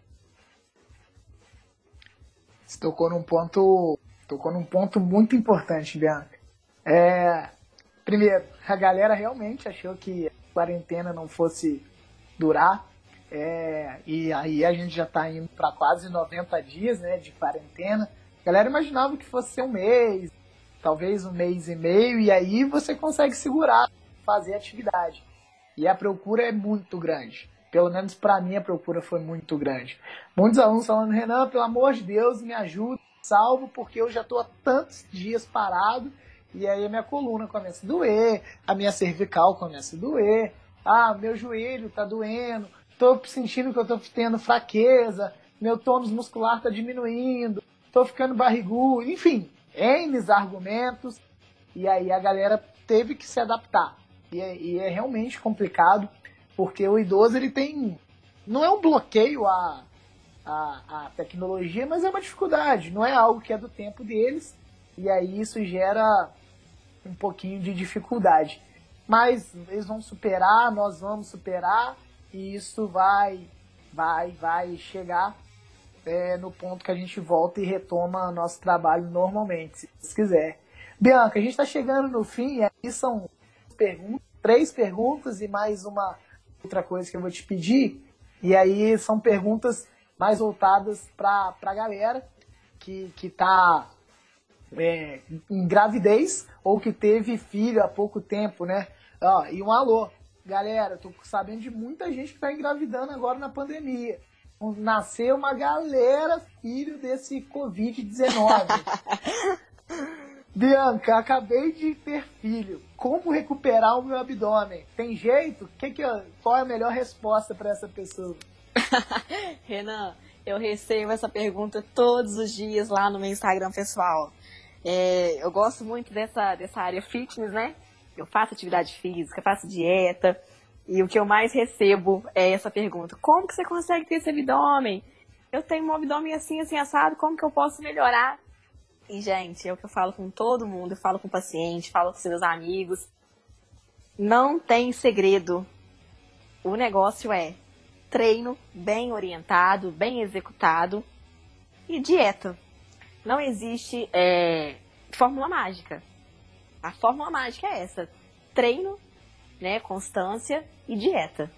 Speaker 1: Você tocou num ponto, tocou num ponto muito importante, Bianca. É, primeiro, a galera realmente achou que a quarentena não fosse durar, é, e aí a gente já está indo para quase noventa dias, né, de quarentena. A galera imaginava que fosse ser um mês, talvez um mês e meio, e aí você consegue segurar, fazer atividade. E a procura é muito grande. Pelo menos para mim a procura foi muito grande. Muitos alunos falando, Renan, pelo amor de Deus, me ajuda, salvo, porque eu já estou há tantos dias parado, e aí a minha coluna começa a doer, a minha cervical começa a doer, ah, meu joelho está doendo, estou sentindo que eu estou tendo fraqueza, meu tônus muscular está diminuindo. tô ficando barrigudo, enfim, N argumentos, e aí a galera teve que se adaptar. E é, e é realmente complicado, porque o idoso ele tem, não é um bloqueio à, à, à tecnologia, mas é uma dificuldade, não é algo que é do tempo deles, e aí isso gera um pouquinho de dificuldade. Mas eles vão superar, nós vamos superar, e isso vai, vai, vai chegar é, no ponto que a gente volta e retoma nosso trabalho normalmente, se Deus quiser. Bianca, a gente está chegando no fim, e aí são perguntas, três perguntas e mais uma outra coisa que eu vou te pedir, e aí são perguntas mais voltadas para a galera que está é, em gravidez ou que teve filho há pouco tempo, né? Ó, e um alô, galera, tô sabendo de muita gente que tá engravidando agora na pandemia. Nasceu uma galera filho desse covid dezenove. Bianca, acabei de ter filho. Como recuperar o meu abdômen? Tem jeito? Que que eu, qual é a melhor resposta para essa pessoa?
Speaker 2: Renan, eu recebo essa pergunta todos os dias lá no meu Instagram pessoal. É, eu gosto muito dessa, dessa área fitness, né? Eu faço atividade física, faço dieta, e o que eu mais recebo é essa pergunta: como que você consegue ter esse abdômen? Eu tenho um abdômen assim, assim, assado, como que eu posso melhorar? E, gente, é o que eu falo com todo mundo, eu falo com o paciente, falo com seus amigos. Não tem segredo. O negócio é treino bem orientado, bem executado e dieta. Não existe é, fórmula mágica. A fórmula mágica é essa: treino, né, constância e dieta.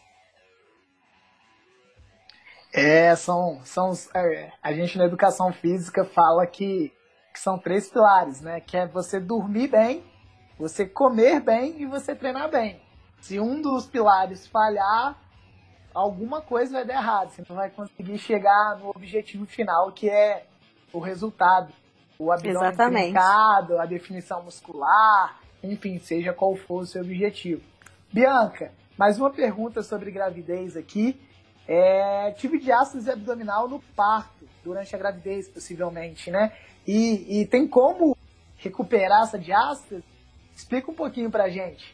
Speaker 1: É, são, são é, a gente na educação física fala que, que são três pilares, né? Que é você dormir bem, você comer bem e você treinar bem. Se um dos pilares falhar, alguma coisa vai dar errado. Você não vai conseguir chegar no objetivo final, que é o resultado. O abdômen trincado, a definição muscular, enfim, seja qual for o seu objetivo. Bianca, mais uma pergunta sobre gravidez aqui. É, tive diástase abdominal no parto, durante a gravidez, possivelmente, né? E, e tem como recuperar essa diástase? Explica um pouquinho pra gente.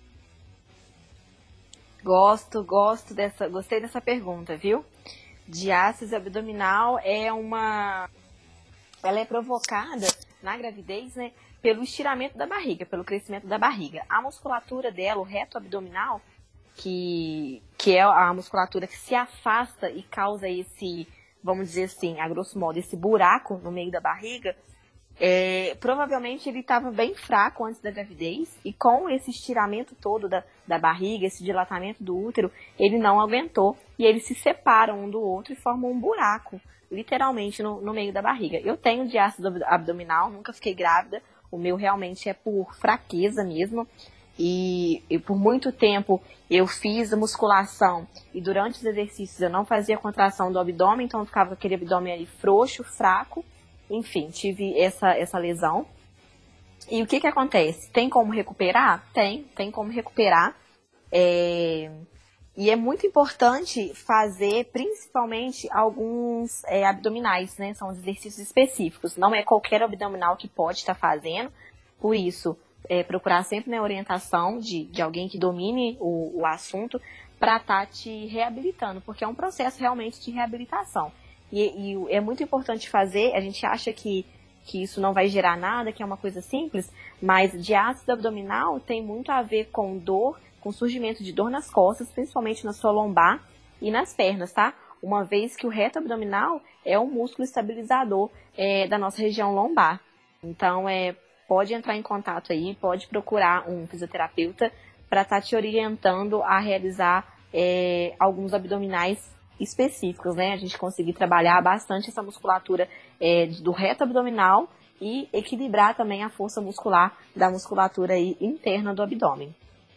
Speaker 2: Gosto, gosto dessa, gostei dessa pergunta, viu? Diástase abdominal é uma... Ela é provocada na gravidez, né, pelo estiramento da barriga, pelo crescimento da barriga. A musculatura dela, o reto abdominal, que, que é a musculatura que se afasta e causa esse, vamos dizer assim, a grosso modo, esse buraco no meio da barriga, é, provavelmente ele estava bem fraco antes da gravidez, e com esse estiramento todo da, da barriga, esse dilatamento do útero, ele não aguentou, e eles se separam um do outro e formam um buraco, literalmente no, no meio da barriga. Eu tenho diástase abdominal, nunca fiquei grávida, o meu realmente é por fraqueza mesmo, e, e por muito tempo eu fiz a musculação, e durante os exercícios eu não fazia contração do abdômen, então eu ficava com aquele abdômen ali frouxo, fraco, enfim, tive essa, essa lesão. E o que que acontece? Tem como recuperar? Tem, tem como recuperar. É... E é muito importante fazer, principalmente, alguns é, abdominais, né? São os exercícios específicos. Não é qualquer abdominal que pode estar fazendo. Por isso, é, procurar sempre na orientação de, de alguém que domine o, o assunto para estar te reabilitando, porque é um processo realmente de reabilitação. E, e é muito importante fazer, a gente acha que, que isso não vai gerar nada, que é uma coisa simples, mas diástase abdominal tem muito a ver com dor, com surgimento de dor nas costas, principalmente na sua lombar e nas pernas, tá? Uma vez que o reto abdominal é um músculo estabilizador é, da nossa região lombar. Então, é, pode entrar em contato aí, pode procurar um fisioterapeuta para estar te orientando a realizar é, alguns abdominais específicos, né? A gente conseguir trabalhar bastante essa musculatura é, do reto abdominal e equilibrar também a força muscular da musculatura aí interna do abdômen.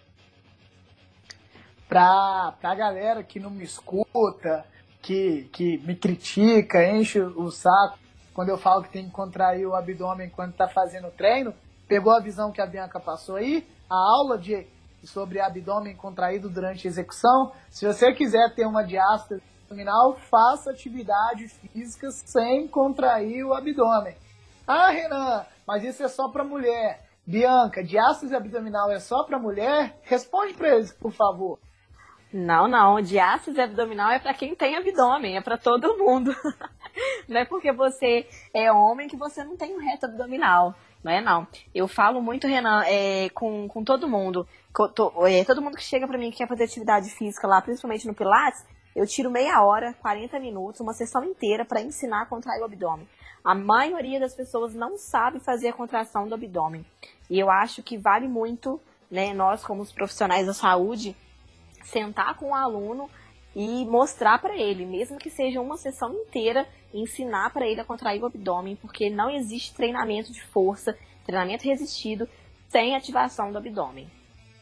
Speaker 1: Pra, pra galera que não me escuta, que, que me critica, enche o saco quando eu falo que tem que contrair o abdômen quando tá fazendo treino, pegou a visão que a Bianca passou aí, a aula de, sobre abdômen contraído durante a execução. Se você quiser ter uma diástase abdominal, faça atividade física sem contrair o abdômen. Ah, Renan, mas isso é só para mulher. Bianca, diástase abdominal é só para mulher? Responde para eles, por favor.
Speaker 2: Não, não. Diástase abdominal é para quem tem abdômen, é para todo mundo. Não é porque você é homem que você não tem um reto abdominal. Não é, não. Eu falo muito, Renan, é, com, com todo mundo. Com, to, é, todo mundo que chega para mim que quer fazer atividade física lá, principalmente no Pilates, eu tiro meia hora, quarenta minutos, uma sessão inteira para ensinar a contrair o abdômen. A maioria das pessoas não sabe fazer a contração do abdômen. E eu acho que vale muito, né, nós como os profissionais da saúde, sentar com o aluno e mostrar para ele, mesmo que seja uma sessão inteira, ensinar para ele a contrair o abdômen, porque não existe treinamento de força, treinamento resistido, sem ativação do abdômen.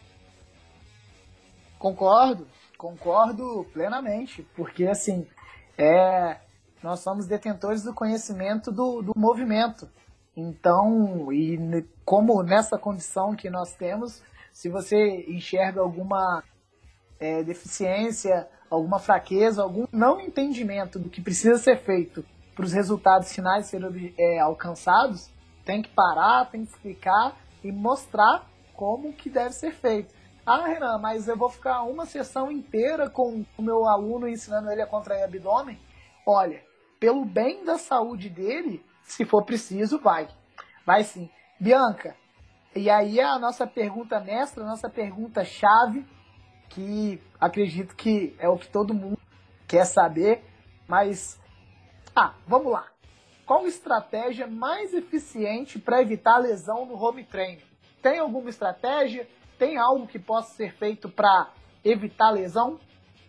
Speaker 1: Concordo, concordo plenamente, porque assim, é, nós somos detentores do conhecimento do, do movimento. Então, e como nessa condição que nós temos, se você enxerga alguma é, deficiência, alguma fraqueza, algum não entendimento do que precisa ser feito para os resultados finais serem é, alcançados, tem que parar, tem que explicar e mostrar como que deve ser feito. Ah, Renan, mas eu vou ficar uma sessão inteira com o meu aluno ensinando ele a contrair abdômen? Olha, pelo bem da saúde dele, se for preciso, vai. Vai sim. Bianca, e aí é a nossa pergunta mestra, a nossa pergunta chave, que acredito que é o que todo mundo quer saber, mas, ah, vamos lá. Qual estratégia mais eficiente para evitar lesão no home training? Tem alguma estratégia? Tem algo que possa ser feito para evitar lesão?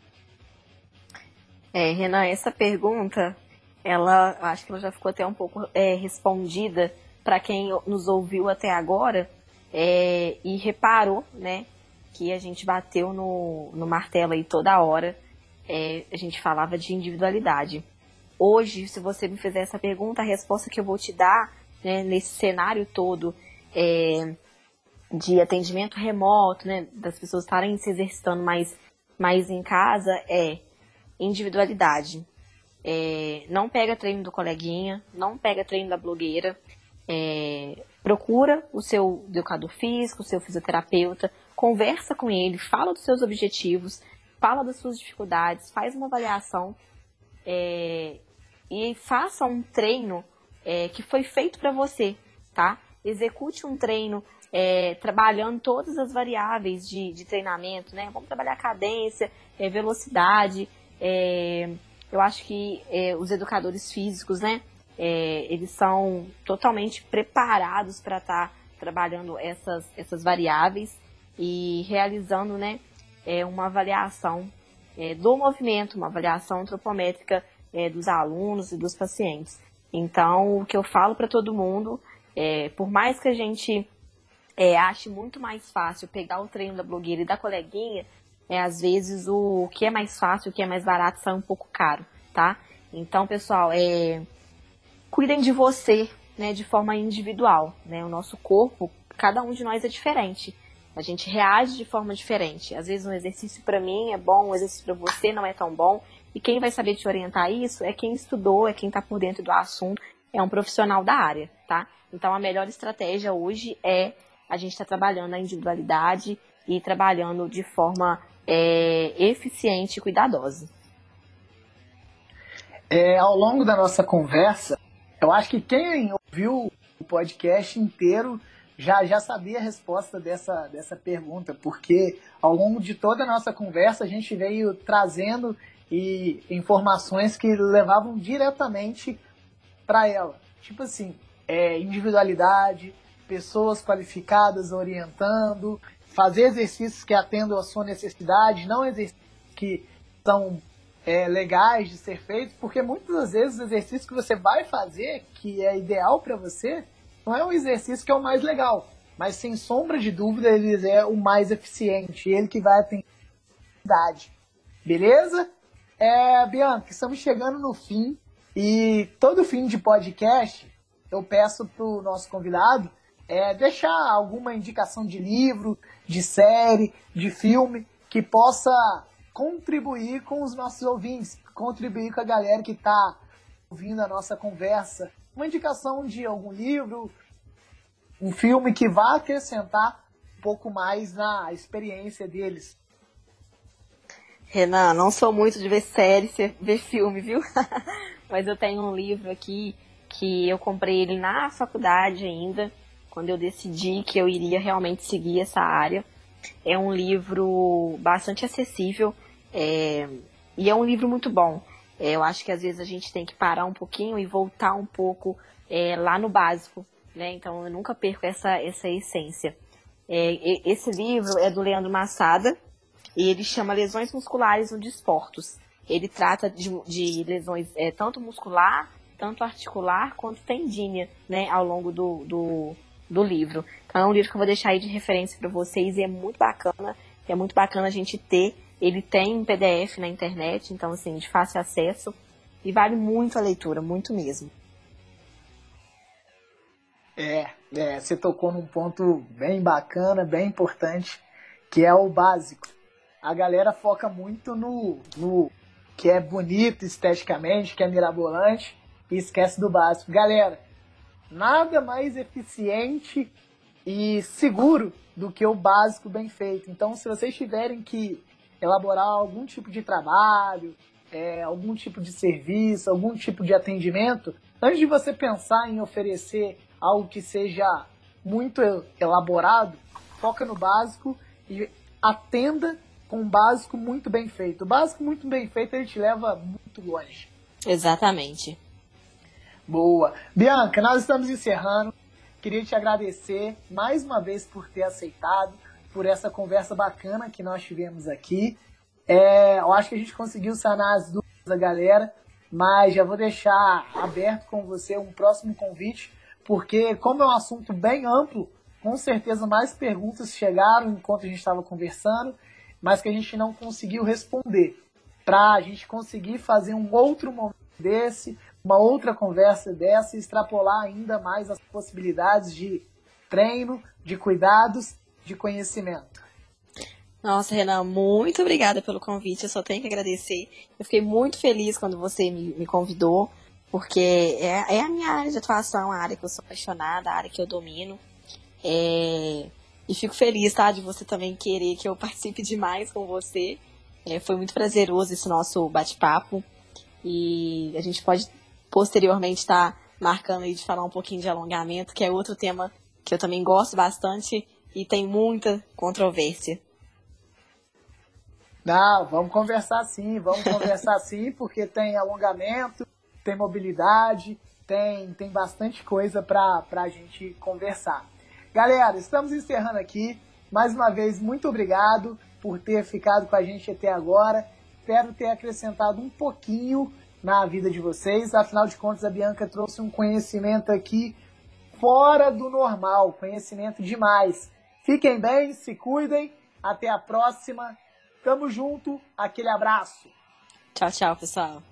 Speaker 2: É, Renan, essa pergunta, ela, acho que ela já ficou até um pouco é, respondida para quem nos ouviu até agora é, e reparou, né, que a gente bateu no, no martelo aí toda hora, é, a gente falava de individualidade. Hoje, se você me fizer essa pergunta, a resposta que eu vou te dar, né, nesse cenário todo é, de atendimento remoto, né, das pessoas estarem se exercitando mais, mais em casa, é individualidade. É, não pega treino do coleguinha, não pega treino da blogueira, é, procura o seu educador físico, o seu fisioterapeuta, conversa com ele, fala dos seus objetivos, fala das suas dificuldades, faz uma avaliação é, e faça um treino é, que foi feito para você, tá? Execute um treino é, trabalhando todas as variáveis de, de treinamento, né? Vamos trabalhar cadência, é, velocidade. É, eu acho que é, os educadores físicos, né? É, eles são totalmente preparados para estar tá trabalhando essas, essas variáveis e realizando, né, é, uma avaliação é, do movimento, uma avaliação antropométrica é, dos alunos e dos pacientes. Então, o que eu falo para todo mundo, é, por mais que a gente é, ache muito mais fácil pegar o treino da blogueira e da coleguinha, é, às vezes o que é mais fácil, o que é mais barato sai um pouco caro, tá? Então, pessoal, é, cuidem de você, né, de forma individual, né? O nosso corpo, cada um de nós é diferente. A gente reage de forma diferente. Às vezes um exercício para mim é bom, um exercício para você não é tão bom. E quem vai saber te orientar isso é quem estudou, é quem está por dentro do assunto, é um profissional da área, tá? Então a melhor estratégia hoje é a gente estar tá trabalhando a individualidade e trabalhando de forma é, eficiente e cuidadosa.
Speaker 1: É, ao longo da nossa conversa, eu acho que quem ouviu o podcast inteiro já, já sabia a resposta dessa, dessa pergunta, porque ao longo de toda a nossa conversa a gente veio trazendo e, informações que levavam diretamente para ela. Tipo assim, é, individualidade, pessoas qualificadas orientando, fazer exercícios que atendam a sua necessidade, não exercícios que são é, legais de ser feitos, porque muitas das vezes o exercício que você vai fazer, que é ideal para você, não é um exercício que é o mais legal, mas sem sombra de dúvida ele é o mais eficiente, ele que vai atender a idade. Beleza? É, Bianca, estamos chegando no fim e todo fim de podcast eu peço para o nosso convidado é, deixar alguma indicação de livro, de série, de filme que possa contribuir com os nossos ouvintes, contribuir com a galera que está ouvindo a nossa conversa. Uma indicação de algum livro, um filme que vá acrescentar um pouco mais na experiência deles.
Speaker 2: Renan, não sou muito de ver série, ver filme, viu? Mas eu tenho um livro aqui que eu comprei ele na faculdade ainda, quando eu decidi que eu iria realmente seguir essa área. É um livro bastante acessível é, e é um livro muito bom. É, eu acho que às vezes a gente tem que parar um pouquinho e voltar um pouco é, lá no básico, né? Então eu nunca perco essa, essa essência. É, esse livro é do Leandro Massada e ele chama Lesões Musculares no Desportos. Ele trata de, de lesões é, tanto muscular, tanto articular, quanto tendínea, né, ao longo do, do, do livro. Então é um livro que eu vou deixar aí de referência para vocês e é muito bacana, é muito bacana a gente ter. Ele tem um P D F na internet, então assim, de fácil acesso e vale muito a leitura, muito mesmo.
Speaker 1: É, é, você tocou num ponto bem bacana, bem importante, que é o básico. A galera foca muito no, no que é bonito esteticamente, que é mirabolante, e esquece do básico. Galera, nada mais eficiente e seguro do que o básico bem feito. Então, se vocês tiverem que elaborar algum tipo de trabalho, é, algum tipo de serviço, algum tipo de atendimento, antes de você pensar em oferecer algo que seja muito elaborado, foca no básico e atenda com um básico muito bem feito. O básico muito bem feito, ele te leva muito longe.
Speaker 2: Exatamente.
Speaker 1: Boa. Bianca, nós estamos encerrando. Queria te agradecer mais uma vez por ter aceitado, por essa conversa bacana que nós tivemos aqui. É, eu acho que a gente conseguiu sanar as dúvidas da galera, mas já vou deixar aberto com você um próximo convite, porque como é um assunto bem amplo, com certeza mais perguntas chegaram enquanto a gente estava conversando, mas que a gente não conseguiu responder. Para a gente conseguir fazer um outro momento desse, uma outra conversa dessa e extrapolar ainda mais as possibilidades de treino, de cuidados, de conhecimento.
Speaker 2: Nossa, Renan, muito obrigada pelo convite, eu só tenho que agradecer. Eu fiquei muito feliz quando você me, me convidou, porque é, é a minha área de atuação, a área que eu sou apaixonada, a área que eu domino. É... E fico feliz, tá, de você também querer que eu participe demais com você. É, foi muito prazeroso esse nosso bate-papo. E a gente pode posteriormente estar tá marcando aí de falar um pouquinho de alongamento, que é outro tema que eu também gosto bastante e tem muita controvérsia.
Speaker 1: Não, vamos conversar sim, vamos conversar sim, porque tem alongamento, tem mobilidade, tem, tem bastante coisa para a gente conversar. Galera, estamos encerrando aqui. Mais uma vez, muito obrigado por ter ficado com a gente até agora. Espero ter acrescentado um pouquinho na vida de vocês. Afinal de contas, a Bianca trouxe um conhecimento aqui fora do normal, conhecimento demais. Fiquem bem, se cuidem. Até a próxima. Tamo junto. Aquele abraço.
Speaker 2: Tchau, tchau, pessoal.